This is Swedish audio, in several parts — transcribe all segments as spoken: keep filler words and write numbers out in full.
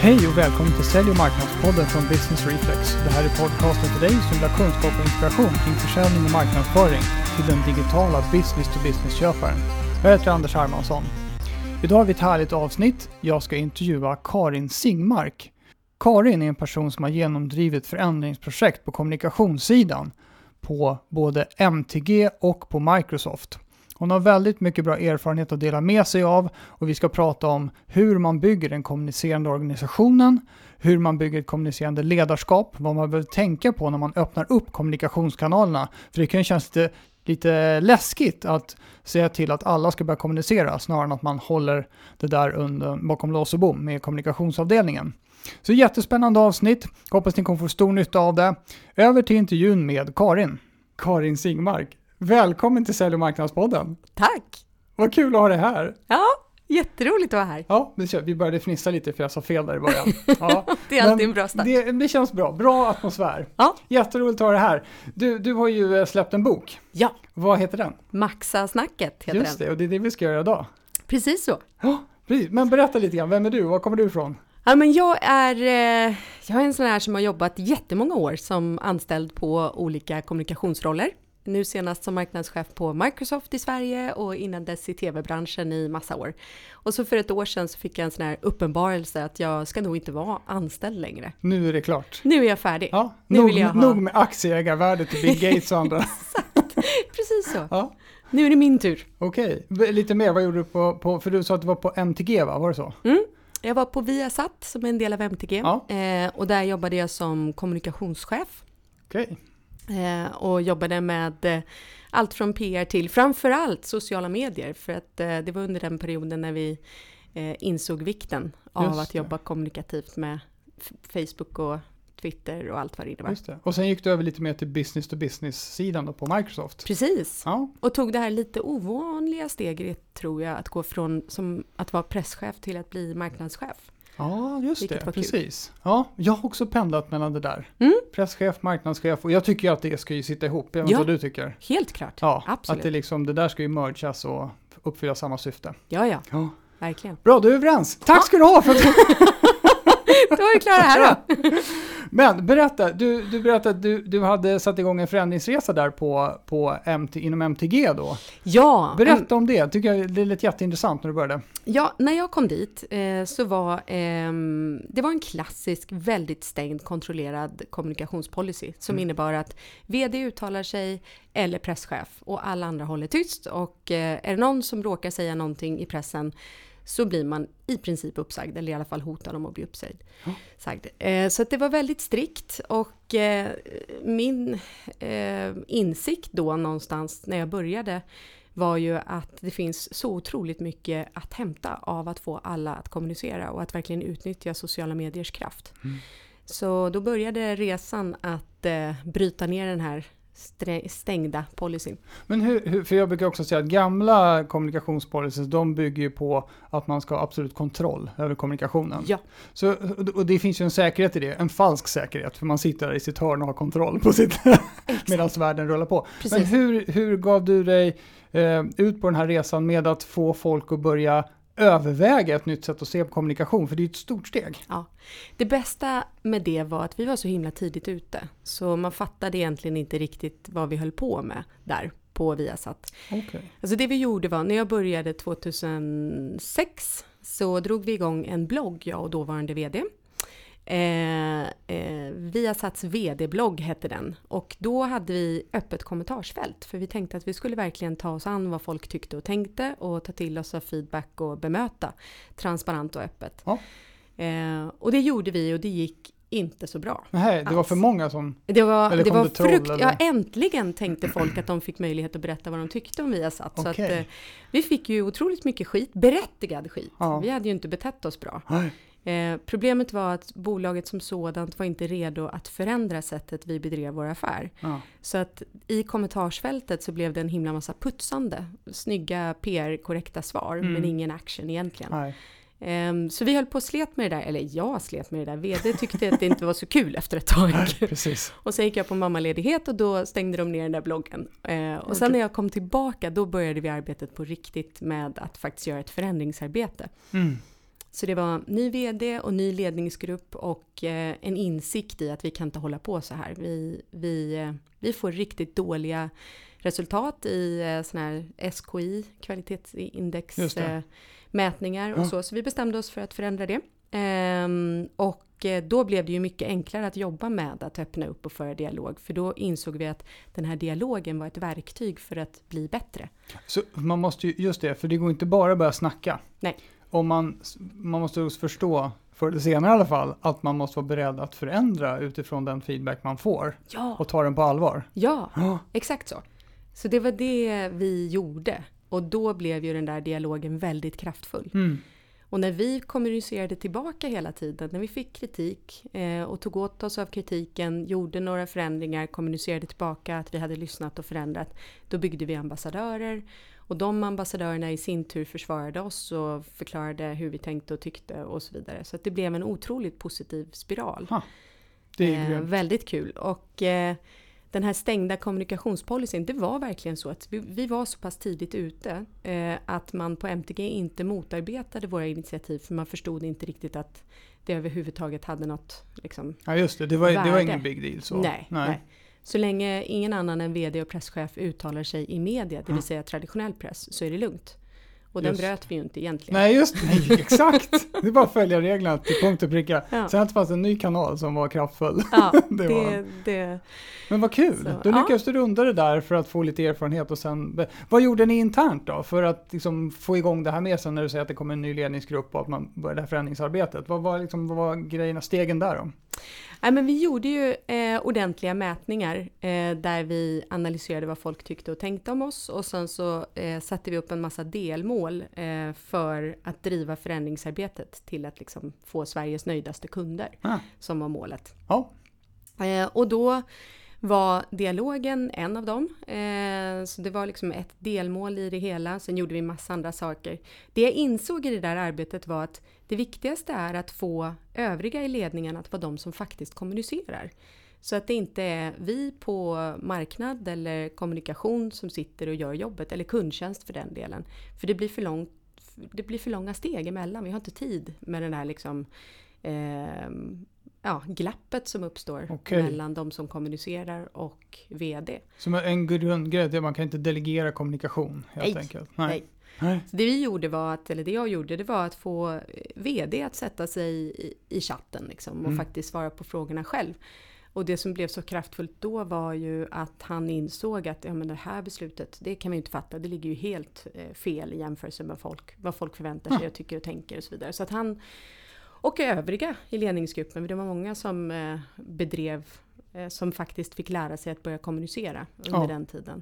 Hej och välkommen till Sälj- och marknadspodden från Business Reflex. Det här är podcasten för dig som vill ha kunskap och inspiration kring försäljning och marknadsföring till den digitala business-to-business-köparen. Jag heter Anders Hermansson. Idag har vi ett härligt avsnitt. Jag ska intervjua Karin Singmark. Karin är en person som har genomdrivit förändringsprojekt på kommunikationssidan på både M T G och på Microsoft. Hon har väldigt mycket bra erfarenhet att dela med sig av och vi ska prata om hur man bygger den kommunicerande organisationen, hur man bygger ett kommunicerande ledarskap, vad man behöver tänka på när man öppnar upp kommunikationskanalerna. För det kan ju kännas lite, lite läskigt att säga till att alla ska börja kommunicera snarare än att man håller det där under, bakom lås och bom med kommunikationsavdelningen. Så jättespännande avsnitt, hoppas ni kommer få stor nytta av det. Över till intervjun med Karin. Karin Singmark. Välkommen till Sälj- och marknadspodden. Tack! Vad kul att ha dig här. Ja, jätteroligt att vara här. Ja, vi började fnissa lite för jag sa fel där i början. Ja, det är alltid en bra start. Det, det känns bra. Bra atmosfär. Ja. Jätteroligt att ha dig här. Du, du har ju släppt en bok. Ja. Vad heter den? Maxa-snacket heter Just den. det, och det är det vi ska göra idag. Precis så. Ja, precis. Men berätta lite grann. Vem är du? Var kommer du ifrån? Ja, men jag är, eh, jag är en sån här som har jobbat jättemånga år som anställd på olika kommunikationsroller. Nu senast som marknadschef på Microsoft i Sverige och innan dess i tv-branschen i massa år. Och så för ett år sedan så fick jag en sån här uppenbarelse att jag ska nog inte vara anställd längre. Nu är det klart. Nu är jag färdig. Ja, nu nog, vill jag ha... nog med aktieägarvärdet till Bill Gates och andra. Exakt, precis så. Ja. Nu är det min tur. Okej, lite mer. Vad gjorde du på, på, för du sa att du var på M T G, va? Var det så? Mm. Jag var på Viasat som är en del av M T G. Ja. Eh, och där jobbade jag som kommunikationschef. Okej. Eh, och jobbade med eh, allt från P R till framförallt sociala medier. För att eh, det var under den perioden när vi eh, insåg vikten av Just att det. jobba kommunikativt med f- Facebook och Twitter och allt vad det innebär. Just det. Och sen gick du över lite mer till business-to-business-sidan då på Microsoft. Precis. Ja. Och tog det här lite ovanliga steget, tror jag, att gå från som att vara presschef till att bli marknadschef. Ja, just Vilket det. var kul. Precis. Ja, jag har också pendlat mellan det där. Mm. Presschef, marknadschef och jag tycker att det ska ju sitta ihop. Jag vet Ja. vad du tycker. Helt klart. Ja, Absolut. att det, liksom, det där ska ju mergas och uppfylla samma syfte. Ja, ja. Ja. Verkligen. Bra, du är överens. Tack Ja. ska du ha för att du... Då är vi klara här då. Men berätta, du, du berättade att du, du hade satt igång en förändringsresa där på, på M T, inom M T G då. Ja, Berätta om det, tycker jag det lät jätteintressant när du började. ja, när jag kom dit eh, så var ehm, det var en klassisk, väldigt stängd, kontrollerad kommunikationspolicy som Mm. innebar att vd uttalar sig eller presschef och alla andra håller tyst och eh, är det någon som råkar säga någonting i pressen så blir man i princip uppsagd, eller i alla fall hotar om att bli uppsagd. Ja. Sagd. Eh, så att det var väldigt strikt och eh, min eh, insikt då någonstans när jag började var ju att det finns så otroligt mycket att hämta av att få alla att kommunicera och att verkligen utnyttja sociala mediers kraft. Mm. Så då började resan att eh, bryta ner den här strä- stängda policyn. Men hur, hur, för jag brukar också säga att gamla kommunikationspolicies, de bygger ju på att man ska ha absolut kontroll över kommunikationen. Ja. Så, och det finns ju en säkerhet i det, en falsk säkerhet, för man sitter där i sitt hörn och har kontroll på sitt medan världen rullar på. Precis. Men hur, hur gav du dig eh, ut på den här resan med att få folk att börja överväga ett nytt sätt att se på kommunikation? För det är ju ett stort steg. Ja. Det bästa med det var att vi var så himla tidigt ute. Så man fattade egentligen inte riktigt vad vi höll på med där på Viasat. Okay. Alltså det vi gjorde var, när jag började tjugohundrasex så drog vi igång en blogg, jag och dåvarande vd. Eh, eh, Viasats vd-blogg hette den. Och då hade vi öppet kommentarsfält. För vi tänkte att vi skulle verkligen ta oss an vad folk tyckte och tänkte. Och ta till oss av feedback och bemöta. Transparent och öppet. Ja. Eh, och det gjorde vi och det gick inte så bra. Nej, det var alls. för många som... Det var, Eller det kom var det troll, frukt... eller? Ja, äntligen tänkte folk att de fick möjlighet att berätta vad de tyckte om Viasat. Så att, Okej. eh, vi fick ju otroligt mycket skit, berättigad skit. Ja. Vi hade ju inte betett oss bra. Nej. Eh, problemet var att bolaget som sådant var inte redo att förändra sättet vi bedrev vår affär. Ja. Så att i kommentarsfältet så blev det en himla massa putsande, snygga P R-korrekta svar, Mm. men ingen action egentligen. Nej. Um, så vi höll på att slet med det där, eller jag slet med det där. Vd tyckte att det inte var så kul efter ett tag. Nej, precis. Och sen gick jag på mammaledighet och då stängde de ner den där bloggen. Uh, och sen Okej. när jag kom tillbaka, då började vi arbetet på riktigt med att faktiskt göra ett förändringsarbete. Mm. Så det var ny vd och ny ledningsgrupp och eh, en insikt i att vi kan inte hålla på så här. Vi, vi, eh, vi får riktigt dåliga resultat i eh, såna här S K I, kvalitetsindex eh, mätningar och ja. så. Så vi bestämde oss för att förändra det. Ehm, och eh, då blev det ju mycket enklare att jobba med att öppna upp och föra dialog. För då insåg vi att den här dialogen var ett verktyg för att bli bättre. Så man måste ju, just det, för det går inte bara att börja snacka. Nej. Om man, man måste också förstå, för det senare i alla fall, att man måste vara beredd att förändra utifrån den feedback man får. Ja. Och ta den på allvar. Ja, ja, exakt så. Så det var det vi gjorde. Och då blev ju den där dialogen väldigt kraftfull. Mm. Och när vi kommunicerade tillbaka hela tiden, när vi fick kritik eh, och tog åt oss av kritiken, gjorde några förändringar, kommunicerade tillbaka att vi hade lyssnat och förändrat, då byggde vi ambassadörer. Och de ambassadörerna i sin tur försvarade oss och förklarade hur vi tänkte och tyckte och så vidare. Så att det blev en otroligt positiv spiral. Ha, det är eh, väldigt kul. Och eh, den här stängda kommunikationspolicyn, det var verkligen så att vi, vi var så pass tidigt ute eh, att man på M T G inte motarbetade våra initiativ, för man förstod inte riktigt att det överhuvudtaget hade något liksom, ja just det, det var, det var ingen big deal så. Nej, nej. nej. Så länge ingen annan än vd och presschef uttalar sig i media, det vill säga traditionell press, så är det lugnt. Och just. Den bröt vi ju inte egentligen. Nej, just nej, exakt. Det är bara att följa reglerna till punkt och pricka. Ja. Sen fanns det en ny kanal som var kraftfull. Ja, det det, var. Det. Men vad kul. Så, då lyckades ja. du runda det där för att få lite erfarenhet. Och sen, vad gjorde ni internt då för att liksom få igång det här med sen när du säger att det kommer en ny ledningsgrupp och att man börjar det här förändringsarbetet? Vad var, liksom, vad var grejerna, stegen där då? Ja, men vi gjorde ju eh, ordentliga mätningar eh, där vi analyserade vad folk tyckte och tänkte om oss, och sen så eh, satte vi upp en massa delmål eh, för att driva förändringsarbetet till att liksom få Sveriges nöjdaste kunder ah. som var målet. Ja. Eh, och då var dialogen en av dem. Eh, så det var liksom ett delmål i det hela. Sen gjorde vi massa andra saker. Det jag insåg i det där arbetet var att det viktigaste är att få övriga i ledningen att vara de som faktiskt kommunicerar. Så att det inte är vi på marknad eller kommunikation som sitter och gör jobbet, eller kundtjänst för den delen. För det blir för långt, det blir för långa steg emellan. Vi har inte tid med den här liksom eh, ja, glappet som uppstår okay. mellan de som kommunicerar och vd. Som en grundgrej är att man kan inte delegera kommunikation helt nej, enkelt. Nej. nej. Nej. Så det vi gjorde var att, eller det jag gjorde, det var att få vd att sätta sig i, i chatten liksom, och mm. faktiskt svara på frågorna själv. Och det som blev så kraftfullt då var ju att han insåg att ja, men det här beslutet, det kan vi inte fatta. Det ligger ju helt eh, fel i jämförelse med folk, vad folk förväntar sig ja. och tycker och tänker och så vidare. Så att han och övriga i ledningsgruppen, för det var många som eh, bedrev, eh, som faktiskt fick lära sig att börja kommunicera under ja. den tiden.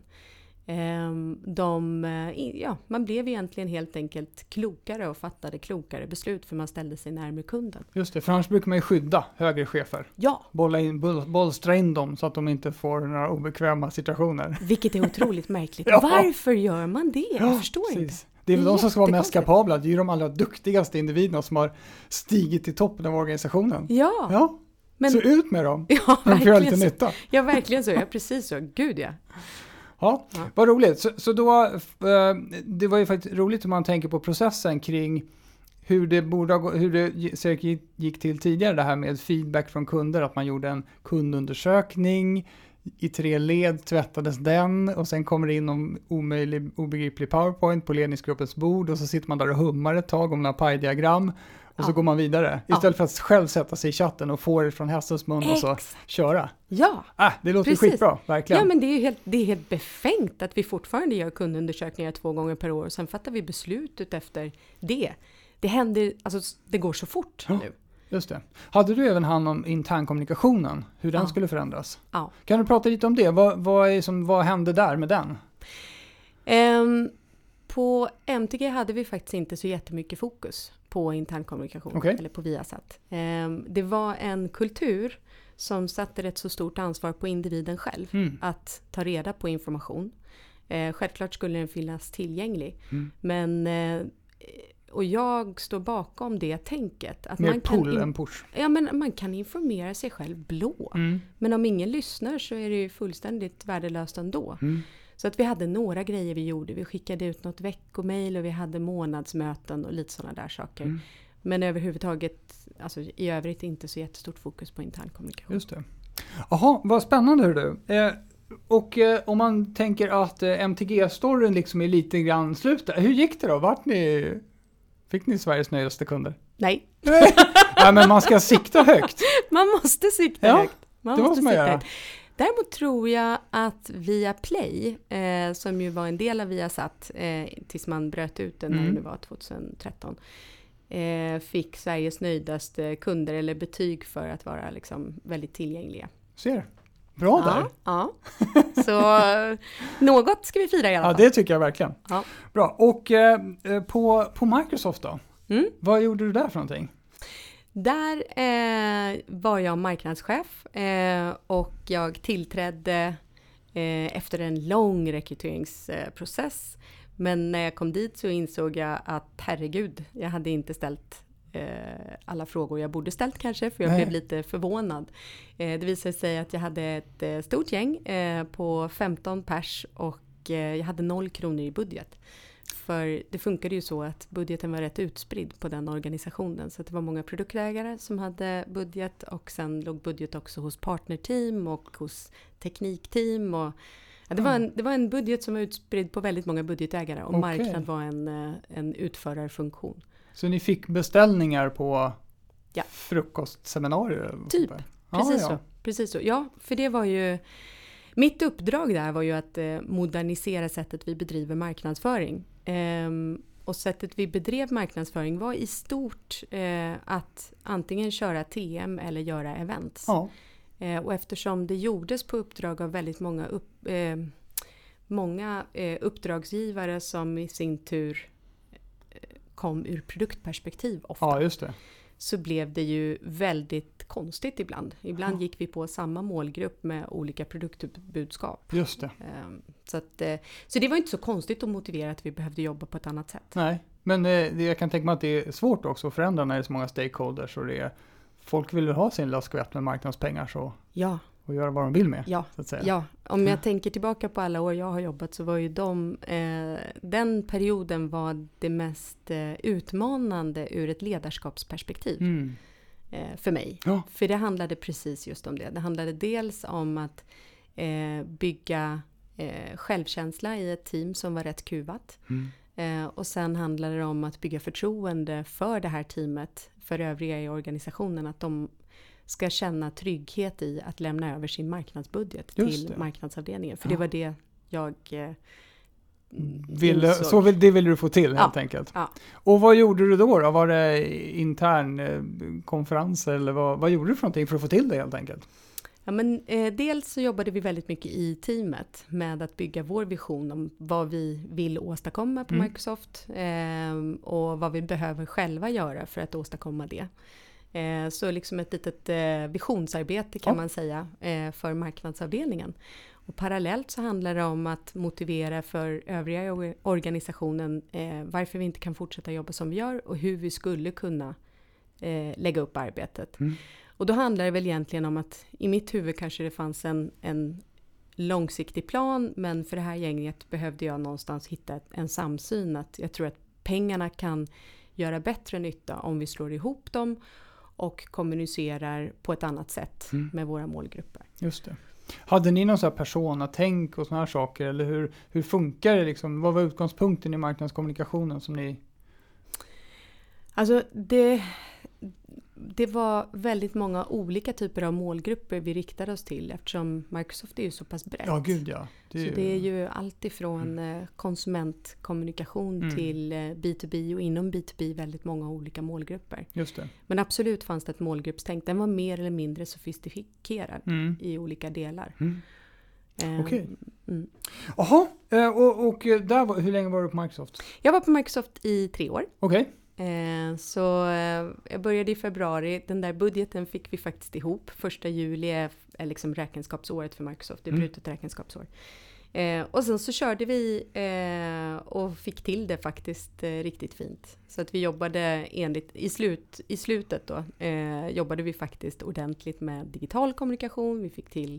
Eh, de, eh, ja, man blev egentligen helt enkelt klokare och fattade klokare beslut, för man ställde sig närmare kunden. Just det, för annars brukar man ju skydda högre chefer. Ja. Bolla in, boll, bollstra in dem så att de inte får några obekväma situationer. Vilket är otroligt märkligt. ja. Varför gör man det? Jag ja, förstår precis. inte. Det är väl de som ska vara mest kapabla. Det är ju de allra duktigaste individerna som har stigit till toppen av organisationen. Ja. ja. Men, så ut med dem. Ja, de får göra lite nytta. Ja, verkligen så. Ja, precis så. Gud, ja. Ja, ja. Vad roligt. Så, så då, det var ju faktiskt roligt om man tänker på processen kring hur det, borde ha, hur det säkert gick till tidigare, det här med feedback från kunder. Att man gjorde en kundundersökning. I tre led tvättades den och sen kommer det in någon omöjlig, obegriplig PowerPoint på ledningsgruppens bord och så sitter man där och hummar ett tag om några paj-diagram och ja. så går man vidare. Istället ja. för att själv sätta sig i chatten och få det från hästens mun och så köra. Ja, ah, det låter precis. skitbra, verkligen. Ja, men det är ju helt, det är helt befängt att vi fortfarande gör kundundersökningar två gånger per år och sen fattar vi beslutet efter det. Det händer, alltså det går så fort ja. nu. Just det. Hade du även hand om internkommunikationen? Hur den ja. skulle förändras? Ja. Kan du prata lite om det? Vad, vad, är som, vad hände där med den? Um, på M T G hade vi faktiskt inte så jättemycket fokus på internkommunikation. Okay. Eller på Viasat. Um, det var en kultur som satte ett så stort ansvar på individen själv. Mm. Att ta reda på information. Uh, självklart skulle den finnas tillgänglig. Mm. Men... Uh, Och jag står bakom det tänket. Att Mer man kan pull in- än push. Ja, men man kan informera sig själv blå. Mm. Men om ingen lyssnar så är det ju fullständigt värdelöst ändå. Mm. Så att vi hade några grejer vi gjorde. Vi skickade ut något veckomail och vi hade månadsmöten och lite sådana där saker. Mm. Men överhuvudtaget, alltså i övrigt inte så jättestort fokus på intern kommunikation. Just det. Jaha, vad spännande hör du. Eh, och eh, om man tänker att eh, M T G-storyn liksom är lite grann slut. Hur gick det då? Vart ni, fick ni Sveriges nöjdaste kunder? Nej. Nej, men man ska sikta högt. Man måste sikta ja, högt. Man det måste måste man sikta göra. högt. Däremot tror jag att Viaplay, eh, som ju var en del av Viasat eh, tills man bröt ut den Mm. när det var tjugohundratretton, eh, fick Sveriges nöjdaste kunder eller betyg för att vara liksom väldigt tillgängliga. Ser. Bra där. Ja, ja. Så eh, något ska vi fira i alla Ja, fall. det tycker jag verkligen. Ja. Bra. Och eh, på, på Microsoft då? Mm. Vad gjorde du där för någonting? Där eh, var jag marknadschef eh, och jag tillträdde eh, efter en lång rekryteringsprocess. Men när jag kom dit så insåg jag att herregud, jag hade inte ställt eh, alla frågor jag borde ställt kanske, för jag Nej. blev lite förvånad. Eh, det visade sig att jag hade ett eh, stort gäng eh, på femton pers och eh, jag hade noll kronor i budget. För det funkade ju så att budgeten var rätt utspridd på den organisationen. Så att det var många produktägare som hade budget och sen låg budget också hos partnerteam och hos teknikteam. Och, ja, det, var en, det var en budget som var utspridd på väldigt många budgetägare och Okej. marknad var en, eh, en utförarfunktion. Så ni fick beställningar på Ja. frukostseminarier? eller något Typ. sånt där? Precis ja, så. Precis så. Ja, för det var ju... Mitt uppdrag där var ju att eh, modernisera sättet vi bedriver marknadsföring. Ehm, och sättet vi bedrev marknadsföring var i stort eh, att antingen köra T M eller göra events. Ja. Eh, och eftersom det gjordes på uppdrag av väldigt många, upp, eh, många eh, uppdragsgivare som i sin tur eh, kom ur produktperspektiv ofta. ja, just det. Så blev det ju väldigt konstigt ibland. Ibland Ja. gick vi på samma målgrupp med olika produktbudskap. Just det. Ehm, Så, att, eh, så det var inte så konstigt att motivera att vi behövde jobba på ett annat sätt. Nej, men eh, det, jag kan tänka mig att det är svårt också att förändra när det är så många stakeholders och det är, folk vill ju ha sin laskvett med marknadspengar så, Ja, och göra vad de vill med. ja, Så att säga. ja. Om jag tänker tillbaka på alla år jag har jobbat så var ju de, eh, den perioden var det mest eh, utmanande ur ett ledarskapsperspektiv. Mm. eh, för mig. Ja. För det handlade precis just om det. Det handlade dels om att eh, bygga eh, självkänsla i ett team som var rätt kuvat. Mm. Eh, och sen handlade det om att bygga förtroende för det här teamet, för övriga i organisationen, att de ska känna trygghet i att lämna över sin marknadsbudget Just till det. marknadsavdelningen. För Ja. det var det jag eh, Ville, insåg. så vill, det ville du få till helt Ja. enkelt. Ja. Och vad gjorde du då, då? Var det intern eh, konferenser eller vad, vad gjorde du för någonting för att få till det helt enkelt? Ja, men, eh, dels så jobbade vi väldigt mycket i teamet med att bygga vår vision om vad vi vill åstadkomma på Mm. Microsoft eh, och vad vi behöver själva göra för att åstadkomma det. Eh, så liksom ett litet eh, visionsarbete kan Ja. man säga eh, för marknadsavdelningen. Och parallellt så handlar det om att motivera för övriga i organisationen eh, varför vi inte kan fortsätta jobba som vi gör och hur vi skulle kunna eh, lägga upp arbetet. Mm. Och då handlar det väl egentligen om att i mitt huvud kanske det fanns en, en långsiktig plan, men för det här gänget behövde jag någonstans hitta ett, en samsyn att jag tror att pengarna kan göra bättre nytta om vi slår ihop dem och kommunicerar på ett annat sätt Mm. med våra målgrupper. Just det. Hade ni någon sån här persona-tänk och såna här saker? Eller hur, hur funkar det liksom? Vad var utgångspunkten i marknadskommunikationen som ni... Alltså det, det var väldigt många olika typer av målgrupper vi riktade oss till eftersom Microsoft är ju så pass brett. Ja, gud ja. Så det är ju allt ifrån mm. konsumentkommunikation Mm. till B to B och inom B to B väldigt många olika målgrupper. Just det. Men absolut fanns det ett målgruppstänk. Den var mer eller mindre sofistikerad Mm. i olika delar. Mm. Eh, Okej. mm. Jaha, eh, och, och där var, hur länge var du på Microsoft? Jag var på Microsoft i tre år. Okej. Eh, så eh, jag började i februari. Den där budgeten fick vi faktiskt ihop. Första juli är, är liksom räkenskapsåret för Microsoft. Det är Mm. brutet räkenskapsår. Eh, och sen så körde vi eh, och fick till det faktiskt eh, riktigt fint. Så att vi jobbade enligt, i, slut, i slutet då, eh, jobbade vi faktiskt ordentligt med digital kommunikation. Vi fick till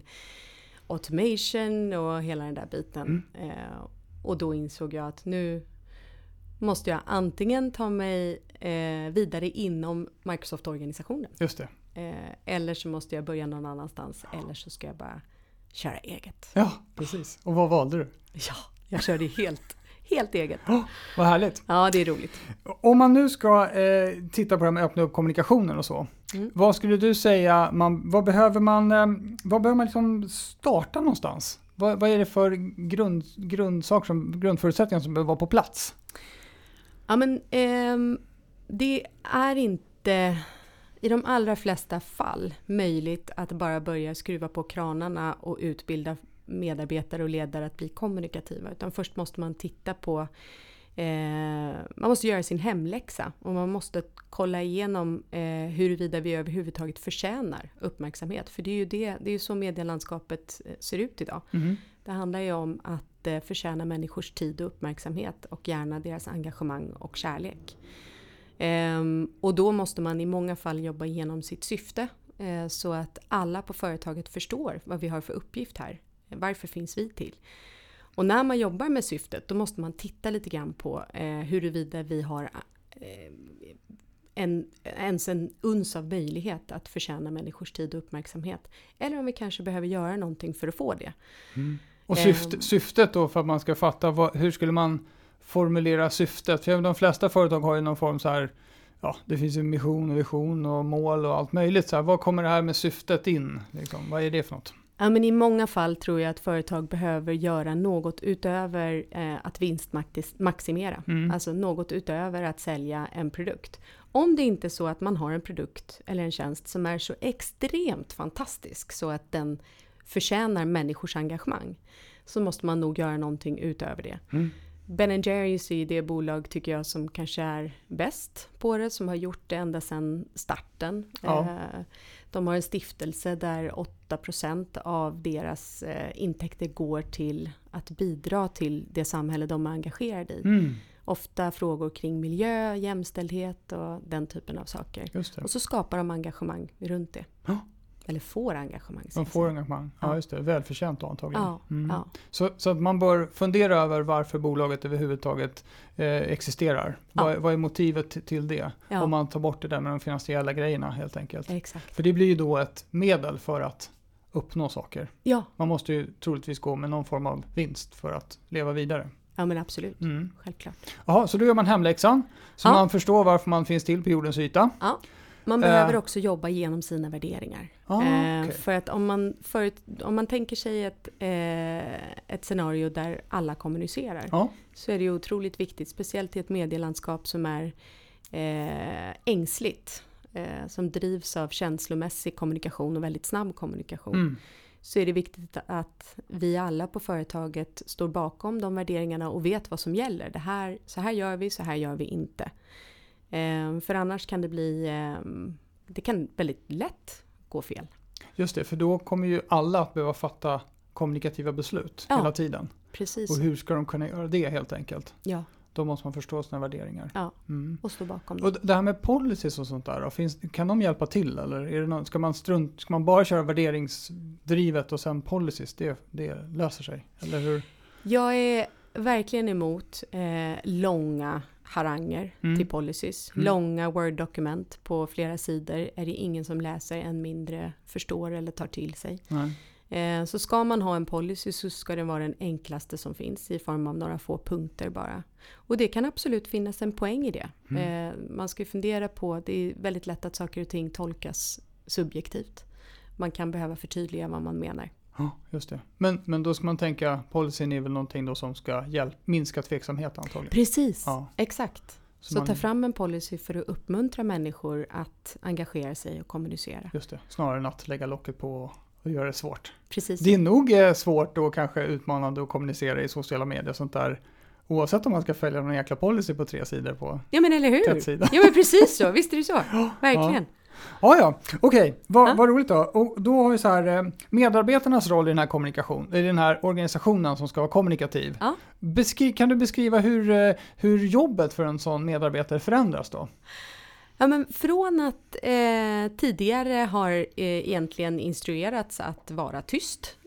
automation och hela den där biten. Mm. Eh, och då insåg jag att nu måste jag antingen ta mig eh, vidare inom Microsoft-organisationen. Just det. Eh, eller så måste jag börja någon annanstans. Eller så ska jag bara köra eget. Ja, precis. Och vad valde du? Ja, jag körde helt, helt eget. Oh, vad härligt. Ja, det är roligt. Om man nu ska eh, titta på det här med att öppna upp kommunikationen och så. Mm. Vad skulle du säga, man, vad behöver man, eh, vad behöver man liksom starta någonstans? Vad, vad är det för grund, grundsaker som, grundförutsättningar som behöver vara på plats? Ja, men eh, det är inte i de allra flesta fall möjligt att bara börja skruva på kranarna och utbilda medarbetare och ledare att bli kommunikativa. Utan först måste man titta på, eh, man måste göra sin hemläxa och man måste kolla igenom eh, huruvida vi överhuvudtaget förtjänar uppmärksamhet. För det är ju, det, det är ju så medielandskapet ser ut idag. Mm. Det handlar ju om att eh, förtjäna människors tid och uppmärksamhet och gärna deras engagemang och kärlek. Um, och då måste man i många fall jobba igenom sitt syfte uh, så att alla på företaget förstår vad vi har för uppgift här. Varför finns vi till? Och när man jobbar med syftet då måste man titta lite grann på uh, huruvida vi har uh, en, ens en uns av möjlighet att förtjäna människors tid och uppmärksamhet. Eller om vi kanske behöver göra någonting för att få det. Mm. Och syfte, um, syftet då för att man ska fatta vad, hur skulle man formulera syftet. För de flesta företag har ju någon form så här, ja, det finns ju mission och vision och mål och allt möjligt. Så här, vad kommer det här med syftet in? Liksom, vad är det för något? Ja, men i många fall tror jag att företag behöver göra något utöver eh, att vinstmaximera. Mm. Alltså något utöver att sälja en produkt. Om det inte är så att man har en produkt eller en tjänst som är så extremt fantastisk så att den förtjänar människors engagemang, så måste man nog göra någonting utöver det. Mm. Ben and Jerry's är det bolag tycker jag som kanske är bäst på det, som har gjort det ända sedan starten. Ja. De har en stiftelse där åtta procent av deras intäkter går till att bidra till det samhälle de är engagerade i. Mm. Ofta frågor kring miljö, jämställdhet och den typen av saker. Just det. Och så skapar de engagemang runt det. Ja. Eller får engagemang. Man får engagemang, ja, ja just det. Välförtjänt då antagligen. Ja, mm. ja. Så, så att man bör fundera över varför bolaget överhuvudtaget eh, existerar. Ja. Vad, vad är motivet till det? Ja. Om man tar bort det där med de finansiella grejerna helt enkelt. Exakt. För det blir ju då ett medel för att uppnå saker. Ja. Man måste ju troligtvis gå med någon form av vinst för att leva vidare. Ja, men absolut. Mm. Självklart. Jaha, så då gör man hemläxan. Så ja. Man förstår varför man finns till på jordens yta. Ja. Man behöver också jobba genom sina värderingar. Ah, eh, okay. För att om man, förut, om man tänker sig ett, eh, ett scenario där alla kommunicerar. Ah. Så är det ju otroligt viktigt. Speciellt i ett medielandskap som är eh, ängsligt. Eh, som drivs av känslomässig kommunikation och väldigt snabb kommunikation. Mm. Så är det viktigt att vi alla på företaget står bakom de värderingarna och vet vad som gäller. Det här, så här gör vi, så här gör vi inte. Eh, för annars kan det bli, eh, det kan väldigt lätt gå fel. Just det, för då kommer ju alla att behöva fatta kommunikativa beslut ja, hela tiden. Precis. Och hur ska de kunna göra det helt enkelt? Ja. Då måste man förstå sina värderingar. Ja, mm. och stå bakom det. Och det här med policies och sånt där, då, finns, kan de hjälpa till? Eller är det någon, ska, man strunt, ska man bara köra värderingsdrivet och sen policies, det, det löser sig? Eller hur? Jag är verkligen emot eh, långa haranger mm. till policies. Mm. Långa Word-dokument på flera sidor är det ingen som läser, än mindre förstår eller tar till sig. Nej. Eh, så ska man ha en policy så ska den vara den enklaste som finns i form av några få punkter bara. Och det kan absolut finnas en poäng i det. Mm. Eh, man ska ju fundera på, det är väldigt lätt att saker och ting tolkas subjektivt. Man kan behöva förtydliga vad man menar. Ja, just det. Men, men då ska man tänka, policyn är väl någonting då som ska hjälp, minska tveksamhet antagligen. Precis, ja. Exakt. Så, så man, ta fram en policy för att uppmuntra människor att engagera sig och kommunicera. Just det, snarare än att lägga locket på och göra det svårt. Precis. Det är nog svårt och kanske utmanande att kommunicera i sociala medier och sånt där. Oavsett om man ska följa någon jäkla policy på tre sidor på ja, men eller hur? Ja, men precis så. Visst är det så. Verkligen. Ja. Ja, ja. Okej. Okay. Vad, ja. vad roligt då. Och då har vi så här, medarbetarnas roll i den här kommunikation, i den här organisationen som ska vara kommunikativ. Ja. Beskri- kan du beskriva hur, hur jobbet för en sån medarbetare förändras då? Ja, men från att eh, tidigare har eh, egentligen instruerats att vara tyst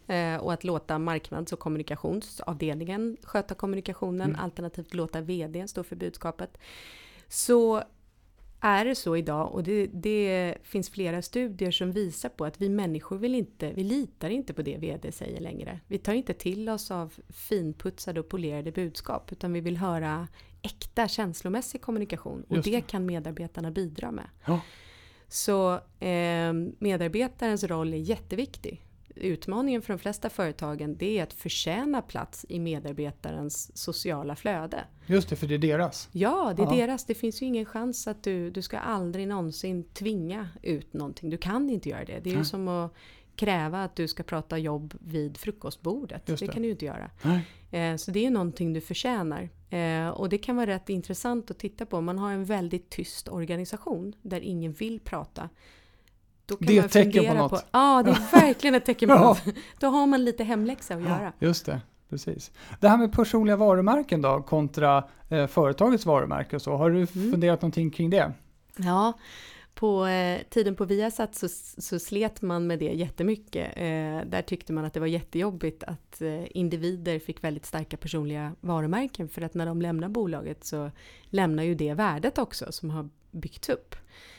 eh, och att låta marknads- och kommunikationsavdelningen sköta kommunikationen, mm. alternativt låta vdn stå för budskapet. Så är det så idag, och det, det finns flera studier som visar på att vi människor vill inte, vi litar inte på det vd säger längre. Vi tar inte till oss av finputsade och polerade budskap, utan vi vill höra äkta känslomässig kommunikation, och det. det kan medarbetarna bidra med. Ja. Så eh, medarbetarens roll är jätteviktig. Utmaningen för de flesta företagen, det är att förtjäna plats i medarbetarens sociala flöde. Just det, för det är deras. Ja, det är ja. deras. Det finns ju ingen chans att du, du ska aldrig någonsin tvinga ut någonting. Du kan inte göra det. Det är ju Nej. som att kräva att du ska prata jobb vid frukostbordet. Det. det kan du ju inte göra. Eh, så det är någonting du förtjänar. Eh, och det kan vara rätt intressant att titta på. Man har en väldigt tyst organisation där ingen vill prata. Då kan det är man ett tecken fundera på något. På, ja, det är verkligen ett tecken på ja. något. Då har man lite hemläxa att göra. Ja, just det, precis. Det här med personliga varumärken då, kontra eh, företagets varumärke och så. Har du mm. funderat någonting kring det? Ja, på eh, tiden på Viasat så, så slet man med det jättemycket. Eh, där tyckte man att det var jättejobbigt att eh, individer fick väldigt starka personliga varumärken. För att när de lämnar bolaget så lämnar ju det värdet också som har byggts upp.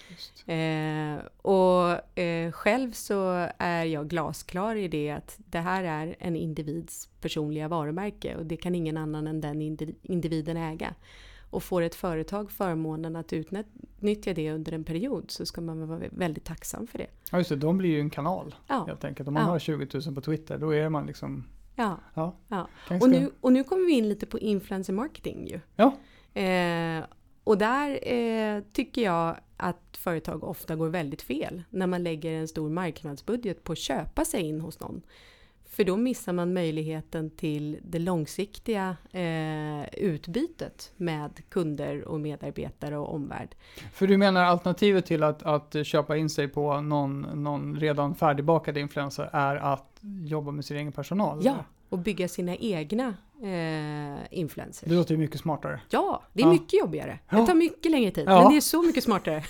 Eh, och eh, själv så är jag glasklar i det att det här är en individs personliga varumärke, och det kan ingen annan än den individen äga. Och får ett företag förmånen att utnyttja det under en period, så ska man vara väldigt tacksam för det. Ja, just det, de blir ju en kanal. Ja. Helt enkelt. Om man ja. har tjugo tusen på Twitter, då är man liksom... Ja, ja. ja. Och, nu, och nu kommer vi in lite på influencer marketing ju. Ja. Eh, och där eh, tycker jag att företag ofta går väldigt fel när man lägger en stor marknadsbudget på att köpa sig in hos någon. För då missar man möjligheten till det långsiktiga eh, utbytet med kunder och medarbetare och omvärld. För du menar alternativet till att, att köpa in sig på någon, någon redan färdigbakad influencer är att jobba med sin egen personal? Ja, och bygga sina egna eh, influencers. Det låter ju mycket smartare. Ja, det är ja. mycket jobbigare. Ja. Det tar mycket längre tid, ja. men det är så mycket smartare.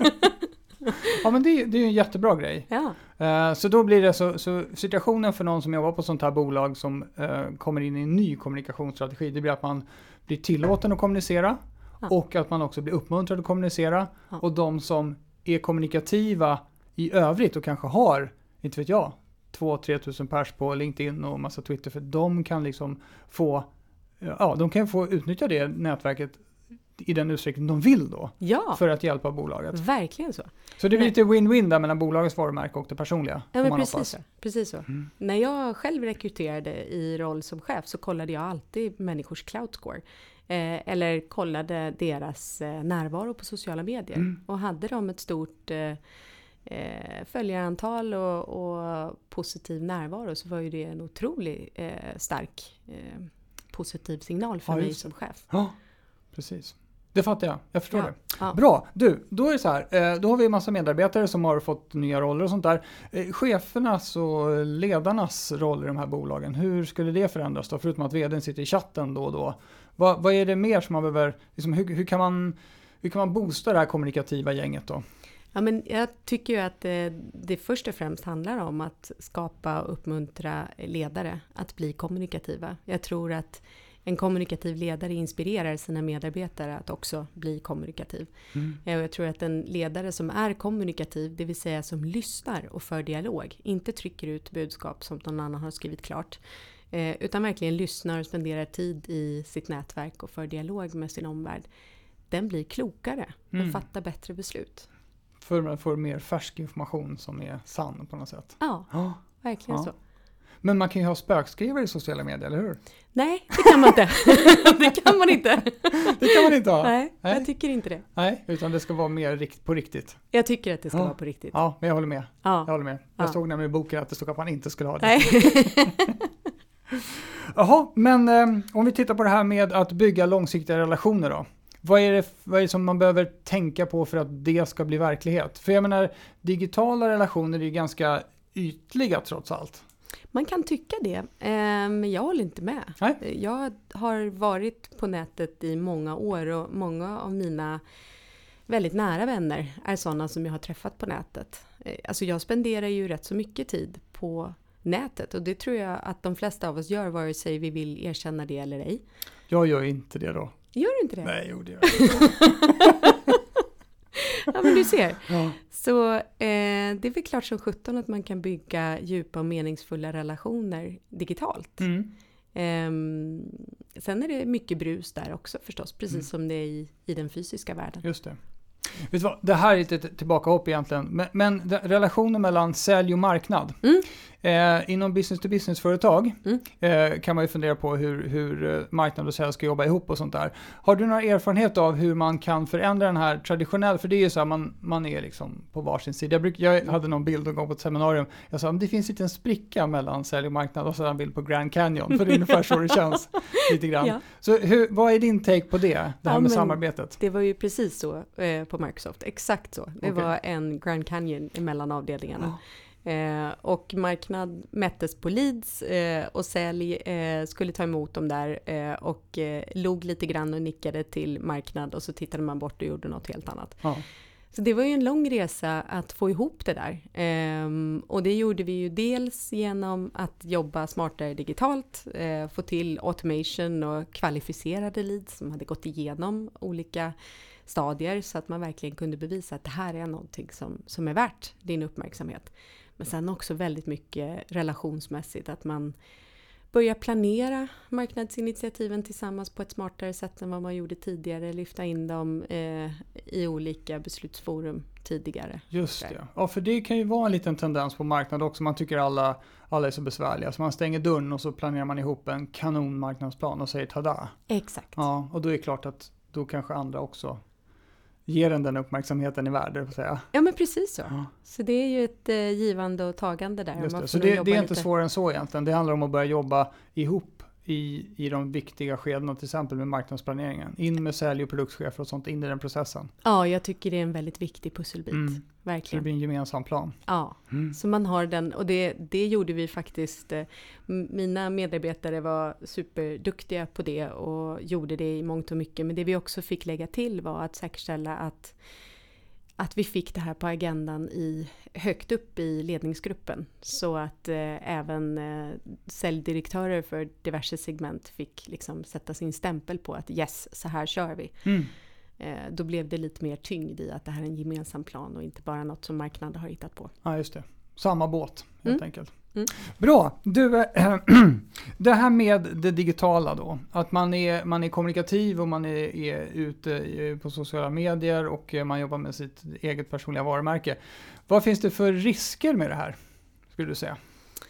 Ja, men det, det är ju en jättebra grej. Ja. Uh, så då blir det så, så situationen för någon som jobbar på sånt här bolag som uh, kommer in i en ny kommunikationsstrategi, det blir att man blir tillåten att kommunicera ja. och att man också blir uppmuntrad att kommunicera. Ja. Och de som är kommunikativa i övrigt och kanske har, inte vet jag, två till tre tusen pers på LinkedIn och massa Twitter, för de kan liksom få, ja, de kan få utnyttja det nätverket i den utsträckning de vill då. Ja. För att hjälpa bolaget. Verkligen så. Så det blir lite win-win där mellan bolagets varumärke och det personliga. Ja, men precis så. Precis så. Mm. När jag själv rekryterade i roll som chef så kollade jag alltid människors cloud score. Eh, eller kollade deras eh, närvaro på sociala medier. Mm. Och hade de ett stort eh, eh, följarantal och, och positiv närvaro, så var ju det en otroligt eh, stark eh, positiv signal för ja, mig som chef. Ja, precis. Det fattar jag. Jag förstår ja, det. Ja. Bra. Du, då är det så här. Då har vi en massa medarbetare som har fått nya roller och sånt där. Chefernas och ledarnas roll i de här bolagen, hur skulle det förändras då? Förutom att vdn sitter i chatten då och då. Vad, vad är det mer som man behöver, liksom, hur, hur, kan man, hur kan man boosta det här kommunikativa gänget då? Ja, men jag tycker ju att det, det först och främst handlar om att skapa och uppmuntra ledare att bli kommunikativa. Jag tror att en kommunikativ ledare inspirerar sina medarbetare att också bli kommunikativ. Mm. Och jag tror att en ledare som är kommunikativ, det vill säga som lyssnar och för dialog, inte trycker ut budskap som någon annan har skrivit klart, eh, utan verkligen lyssnar och spenderar tid i sitt nätverk och för dialog med sin omvärld, den blir klokare och mm. fattar bättre beslut. För man får mer färsk information som är sann på något sätt. Ja, oh. verkligen ja. så. Men man kan ju ha spökskrivare i sociala medier, eller hur? Nej, det kan man inte. det kan man inte. Det kan man inte ha. Nej, Nej, jag tycker inte det. Nej, utan det ska vara mer rikt- på riktigt. Jag tycker att det ska ja. vara på riktigt. Ja, men jag håller med. Ja. Jag håller med. Jag ja. såg nämligen i boken att det stod att man inte skulle ha det. Nej. Jaha, men eh, om vi tittar på det här med att bygga långsiktiga relationer då. Vad är, det, vad är det som man behöver tänka på för att det ska bli verklighet? För jag menar, digitala relationer är ju ganska ytliga trots allt. Man kan tycka det, men jag håller inte med. Nej. Jag har varit på nätet i många år och många av mina väldigt nära vänner är sådana som jag har träffat på nätet. Alltså jag spenderar ju rätt så mycket tid på nätet. Och det tror jag att de flesta av oss gör, vare sig vi vill erkänna det eller ej. Jag gör inte det då. Gör du inte det? Nej, jo, det gör jag. Ja, men du ser. Ja. Så eh, det är väl klart som sjutton att man kan bygga djupa och meningsfulla relationer digitalt. Mm. Eh, sen är det mycket brus där också förstås, precis Mm. som det är i, i den fysiska världen. Just det. Vet du vad? Det här är ett tillbakahopp egentligen. Men, men det- relationen mellan sälj och marknad. Mm. Eh, inom business-to-business-företag Mm. eh, kan man ju fundera på hur, hur eh, marknad och sälj ska jobba ihop och sånt där. Har du några erfarenhet av hur man kan förändra den här traditionella? För det är ju så här, man, man är liksom på varsin sida. Jag, bruk, jag hade någon bild en gång på ett seminarium. Jag sa, men det finns inte en spricka mellan sälj och marknad, och så en bild på Grand Canyon. För det är ungefär så det känns lite grann. Ja. Så hur, vad är din take på det? Det här Ja, med men- samarbetet? Det var ju precis så eh, på Microsoft, exakt så. Det Okej. var en Grand Canyon emellan avdelningarna. Eh, och marknad mättes på leads eh, och sälj eh, skulle ta emot dem där eh, och eh, log lite grann och nickade till marknad, och så tittade man bort och gjorde något helt annat. Ja. Så det var ju en lång resa att få ihop det där. Ehm, och det gjorde vi ju dels genom att jobba smartare digitalt, eh, få till automation och kvalificerade leads som hade gått igenom olika stadier, så att man verkligen kunde bevisa att det här är någonting som, som är värt din uppmärksamhet. Men sen också väldigt mycket relationsmässigt, att man börjar planera marknadsinitiativen tillsammans på ett smartare sätt än vad man gjorde tidigare. Lyfta in dem eh, i olika beslutsforum tidigare. Just Där. det. Ja, för det kan ju vara en liten tendens på marknaden också. Man tycker alla, alla är så besvärliga. Så man stänger dörren och så planerar man ihop en kanonmarknadsplan och säger tada. Exakt. Ja, och då är det klart att då kanske andra också ger den den uppmärksamheten i världen, får säga. Ja, men precis så. Ja. Så det är ju ett eh, givande och tagande där. Just Man det. får Så nog det, jobba det är inte lite- svårare än så egentligen. Det handlar om att börja jobba ihop i, i de viktiga skedena, till exempel med marknadsplaneringen. In med sälj och produktchefer och sånt in i den processen. Ja, jag tycker det är en väldigt viktig pusselbit. Mm. Så det Verkligen. blir en gemensam plan. Ja, Mm. så man har den, och det, det gjorde vi faktiskt. eh, m- Mina medarbetare var superduktiga på det och gjorde det i mångt och mycket. Men det vi också fick lägga till var att säkerställa att, att vi fick det här på agendan i, högt upp i ledningsgruppen. Så att eh, även eh, säljdirektörer för diverse segment fick liksom sätta sin stämpel på att yes, så här kör vi. Mm. Eh, då blev det lite mer tyngd i att det här är en gemensam plan och inte bara något som marknaden har hittat på. Ja, just det. Samma båt, helt Mm. enkelt. Mm. Bra. Du, äh, det här med det digitala då. Att man är, man är kommunikativ och man är, är ute i- på sociala medier och eh, man jobbar med sitt eget personliga varumärke. Vad finns det för risker med det här, skulle du säga?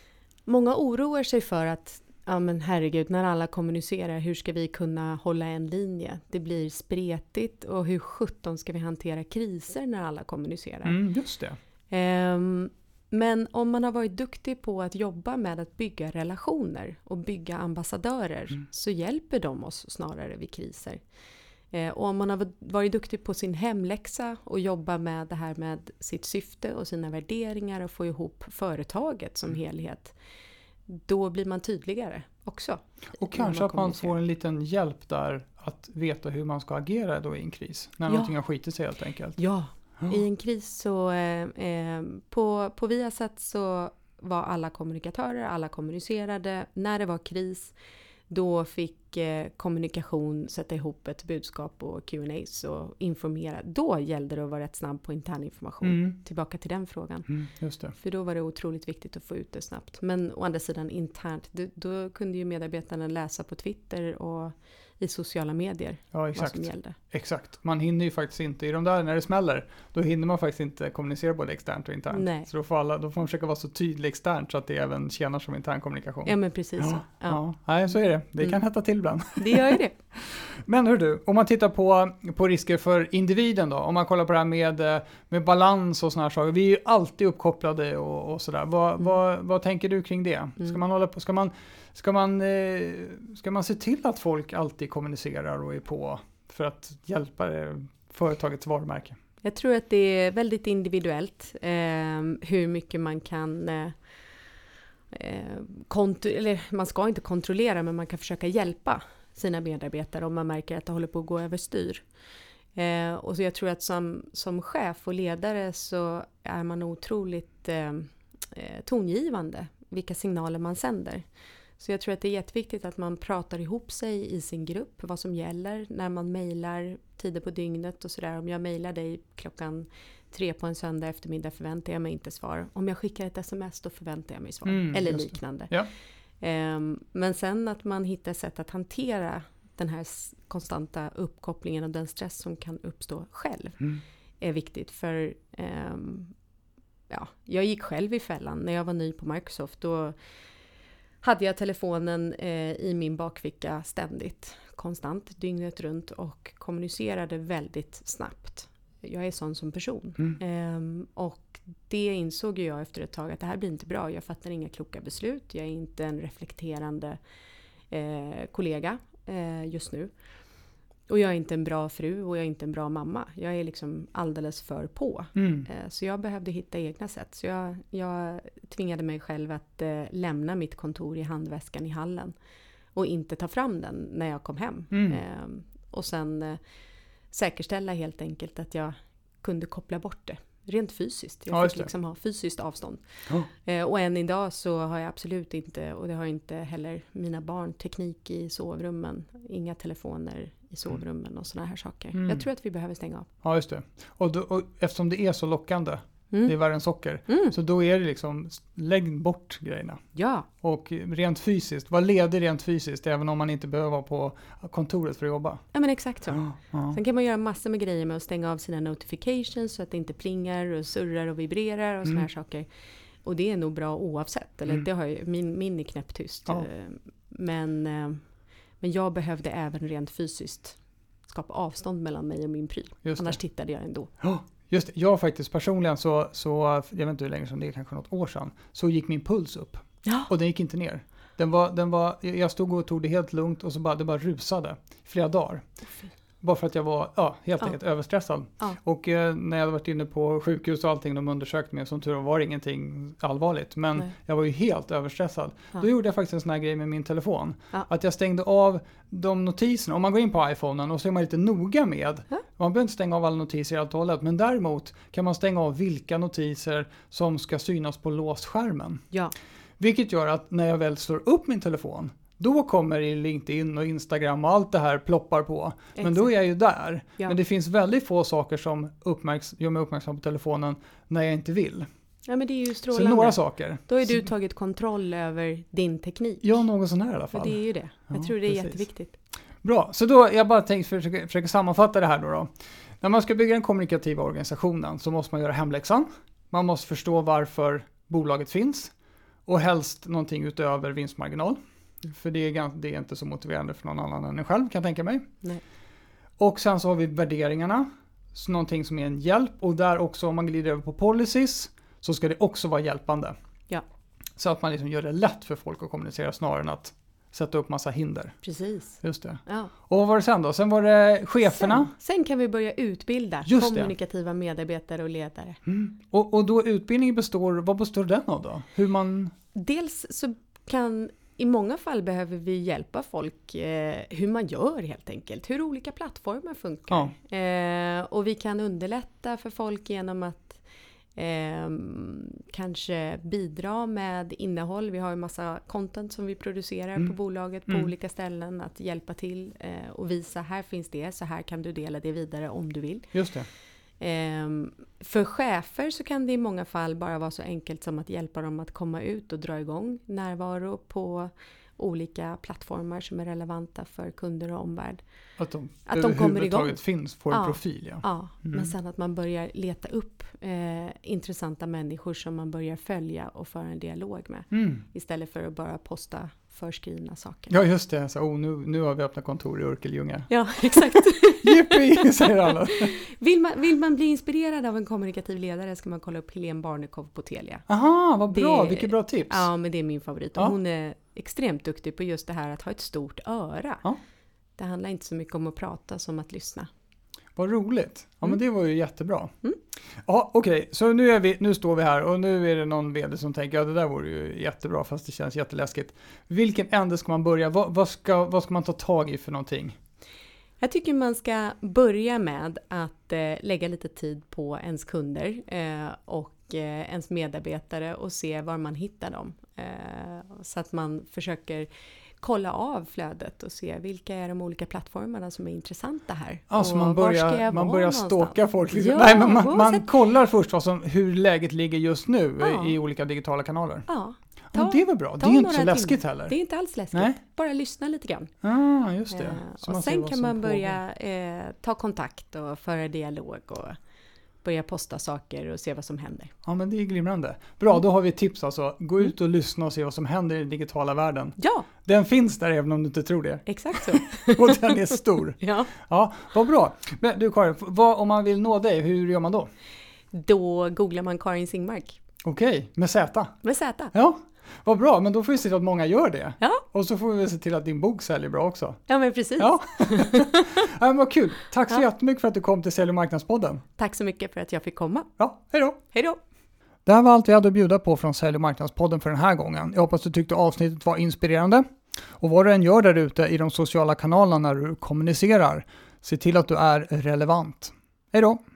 Många oroar sig för att, ja men herregud, när alla kommunicerar, hur ska vi kunna hålla en linje? Det blir spretigt, och hur sjutton ska vi hantera kriser när alla kommunicerar? Mm, just det. Ehm, men om man har varit duktig på att jobba med att bygga relationer och bygga ambassadörer, Mm. så hjälper de oss snarare vid kriser. Eh, och om man har varit duktig på sin hemläxa och jobba med det här med sitt syfte och sina värderingar och få ihop företaget som helhet, då blir man tydligare också. Och när kanske att man kommunicerar. får en liten hjälp där att veta hur man ska agera då i en kris. När Ja. någonting har skitit sig helt enkelt. Ja, Ja. i en kris så eh, eh, på, på Viasat så var alla kommunikatörer, alla kommunicerade. När det var kris, då fick eh, kommunikation sätta ihop ett budskap och Q and A's och informera. Då gällde det att vara rätt snabb på intern information. Mm. Tillbaka till den frågan. Mm, just det. För då var det otroligt viktigt att få ut det snabbt. Men å andra sidan internt, då, då kunde ju medarbetarna läsa på Twitter och i sociala medier Ja, vad exakt. som gällde. Exakt. Man hinner ju faktiskt inte, i de där när det smäller, då hinner man faktiskt inte kommunicera både externt och internt. Nej. Så då får, alla, då får man försöka vara så tydlig externt så att det även tjänar som intern kommunikation. Ja, men precis så. ja. Ja, Ja. Nej, så är det. Det kan Mm. hetta till ibland. det gör ju det. Men hör du, om man tittar på, på risker för individen då, om man kollar på det här med, eh, med balans och sådana här saker. Vi är ju alltid uppkopplade och, och sådär. Vad, Mm. vad, vad tänker du kring det? Ska Mm. man hålla på, ska man, ska man, eh, ska man se till att folk alltid kommunicerar och är på för att hjälpa eh, företagets varumärke? Jag tror att det är väldigt individuellt eh, hur mycket man kan eh, eh, kont- eller man ska inte kontrollera, men man kan försöka hjälpa sina medarbetare om man märker att det håller på att gå överstyr. Eh, och så jag tror att som, som chef och ledare så är man otroligt eh, eh, tongivande vilka signaler man sänder. Så jag tror att det är jätteviktigt att man pratar ihop sig i sin grupp, vad som gäller när man mejlar tider på dygnet och sådär. Om jag mejlar dig klockan tre på en söndag eftermiddag förväntar jag mig inte svar. Om jag skickar ett sms då förväntar jag mig svar. Mm, eller liknande. Ja. Um, men sen att man hittar sätt att hantera den här konstanta uppkopplingen och den stress som kan uppstå själv mm. är viktigt. För um, ja, jag gick själv i fällan när jag var ny på Microsoft. Då hade jag telefonen eh, i min bakficka ständigt, konstant, dygnet runt och kommunicerade väldigt snabbt. Jag är sån som person. Mm. Ehm, och det insåg jag efter ett tag att det här blir inte bra. Jag fattar inga kloka beslut. Jag är inte en reflekterande eh, kollega eh, just nu. Och jag är inte en bra fru och jag är inte en bra mamma. Jag är liksom alldeles för på. Mm. Eh, så jag behövde hitta egna sätt. Så jag, jag tvingade mig själv att eh, lämna mitt kontor i handväskan i hallen. Och inte ta fram den när jag kom hem. Mm. Eh, och sen eh, säkerställa helt enkelt att jag kunde koppla bort det. Rent fysiskt. Jag ja, fick liksom ha fysiskt avstånd. Oh. Eh, och än idag så har jag absolut inte, och det har inte heller mina barn, teknik i sovrummen. Inga telefoner i sovrummen och såna här saker. Mm. Jag tror att vi behöver stänga av. Ja, just det. Och, då, och eftersom det är så lockande, mm. det är värre än socker, mm. så då är det liksom, lägg bort grejerna. Ja. Och rent fysiskt, var ledig rent fysiskt, även om man inte behöver vara på kontoret för att jobba. Ja, men exakt så. Ja, ja. Sen kan man göra massor med grejer med att stänga av sina notifications så att det inte plingar och surrar och vibrerar och såna mm. här saker. Och det är nog bra oavsett. Eller mm. det har ju, min, min är knäpptyst. Ja. Men... Men jag behövde även rent fysiskt skapa avstånd mellan mig och min pryl. Annars tittade jag ändå. Oh, just det. Jag faktiskt personligen så, så, jag vet inte hur länge sedan det är, kanske något år sedan, så gick min puls upp. Ja. Och den gick inte ner. Den var, den var, jag stod och tog det helt lugnt och så bara, det bara rusade flera dagar. Oh, bara för att jag var ja, helt enkelt ja. överstressad. Ja. Och eh, när jag hade varit inne på sjukhus och allting de undersökte mig, som tur var det ingenting allvarligt. Men Nej. jag var ju helt överstressad. Ja. Då gjorde jag faktiskt en sån här grej med min telefon. Ja. Att jag stängde av de notiserna. Om man går in på iPhonen och så är man lite noga med. Ja. Man behöver inte stänga av alla notiser helt och hållet. Men däremot kan man stänga av vilka notiser som ska synas på låsskärmen. Ja. Vilket gör att när jag väl slår upp min telefon, då kommer i LinkedIn och Instagram och allt det här ploppar på. Exakt. Men då är jag ju där. Ja. Men det finns väldigt få saker som uppmärks- gör mig uppmärksam på telefonen när jag inte vill. Ja, men det är ju strålande. Så några saker. Då har du tagit kontroll över din teknik. Ja, något sån här i alla fall. För det är ju det. Jag ja, tror det är precis. Jätteviktigt. Bra, så då jag bara tänkte försöka, försöka sammanfatta det här då, då. När man ska bygga den kommunikativa organisationen så måste man göra hemläxan. Man måste förstå varför bolaget finns. Och helst någonting utöver vinstmarginal. För det är, det är inte så motiverande för någon annan än en själv, kan jag tänka mig. Nej. Och sen så har vi värderingarna. Så någonting som är en hjälp. Och där också, om man glider över på policies, så ska det också vara hjälpande. Ja. Så att man liksom gör det lätt för folk att kommunicera snarare än att sätta upp massa hinder. Precis. Just det. Ja. Och vad var det sen då? Sen var det cheferna. Sen, sen kan vi börja utbilda Just kommunikativa det. medarbetare och ledare. Mm. Och, och då utbildningen består, vad består den av då? Hur man... Dels så kan... I många fall behöver vi hjälpa folk eh, hur man gör helt enkelt. Hur olika plattformar funkar. Ja. Eh, och vi kan underlätta för folk genom att eh, kanske bidra med innehåll. Vi har en massa content som vi producerar mm. på bolaget på mm. olika ställen. Att hjälpa till eh, och visa här finns det. Så här kan du dela det vidare om du vill. Just det. Um, för chefer så kan det i många fall bara vara så enkelt som att hjälpa dem att komma ut och dra igång närvaro på olika plattformar som är relevanta för kunder och omvärld. Att de, att de kommer igång. Finns, får ja, en profil. Ja, ja mm. men sen att man börjar leta upp eh, intressanta människor som man börjar följa och föra en dialog med. Mm. Istället för att bara posta förskrivna saker. Ja, just det. Så, oh, nu, nu har vi öppnat kontor i Örkelljunga. Ja, exakt. Jippi, säger alla. Vill man, vill man bli inspirerad av en kommunikativ ledare ska man kolla upp Helene Barnekow på Telia. Aha, vad bra. Det, vilket bra tips. Ja, men det är min favorit. Och ja. Hon är extremt duktig på just det här att ha ett stort öra. Ja. Det handlar inte så mycket om att prata som att lyssna. Vad roligt. Ja, mm. men det var ju jättebra. Mm. Ja, okej. Okay. Så nu, är vi, nu står vi här och nu är det någon vd som tänker ja, det där vore ju jättebra fast det känns jätteläskigt. Vilken ände ska man börja? Vad, vad, ska, vad ska man ta tag i för någonting? Jag tycker man ska börja med att eh, lägga lite tid på ens kunder eh, och eh, ens medarbetare och se var man hittar dem. Eh, så att man försöker kolla av flödet och se vilka är de olika plattformarna som är intressanta här. Alltså och man börjar, man börjar stalka folk. Ja, Nej, men man, man sett... kollar först vad som, hur läget ligger just nu ja. i, i olika digitala kanaler. Ja. Ta, men det var bra. Det är ju inte så läskigt heller. Det är inte alls läskigt. Nej. Bara lyssna lite grann. Ah, just det. Eh, och sen kan man börja eh, ta kontakt och föra dialog och börja posta saker och se vad som händer. Ja, men det är glimrande. Bra, mm. då har vi ett tips alltså. Gå ut och lyssna och se vad som händer i den digitala världen. Ja! Den finns där även om du inte tror det. Exakt så. Och den är stor. Ja. Ja, vad bra. Men du Karin, vad, om man vill nå dig, hur gör man då? Då googlar man Karin Singmark. Okej, okay. Med Z? Med Z. Ja. Vad bra, men då får vi se till att många gör det. Ja. Och så får vi se till att din bok säljer bra också. Ja, men precis. Ja, ja men vad kul. Tack så ja. jättemycket för att du kom till Sälj- och marknadspodden. Tack så mycket för att jag fick komma. Ja, hej då. Hej då. Det här var allt vi hade att bjuda på från Sälj- och marknadspodden för den här gången. Jag hoppas du tyckte avsnittet var inspirerande. Och vad du än gör där ute i de sociala kanalerna när du kommunicerar, se till att du är relevant. Hej då.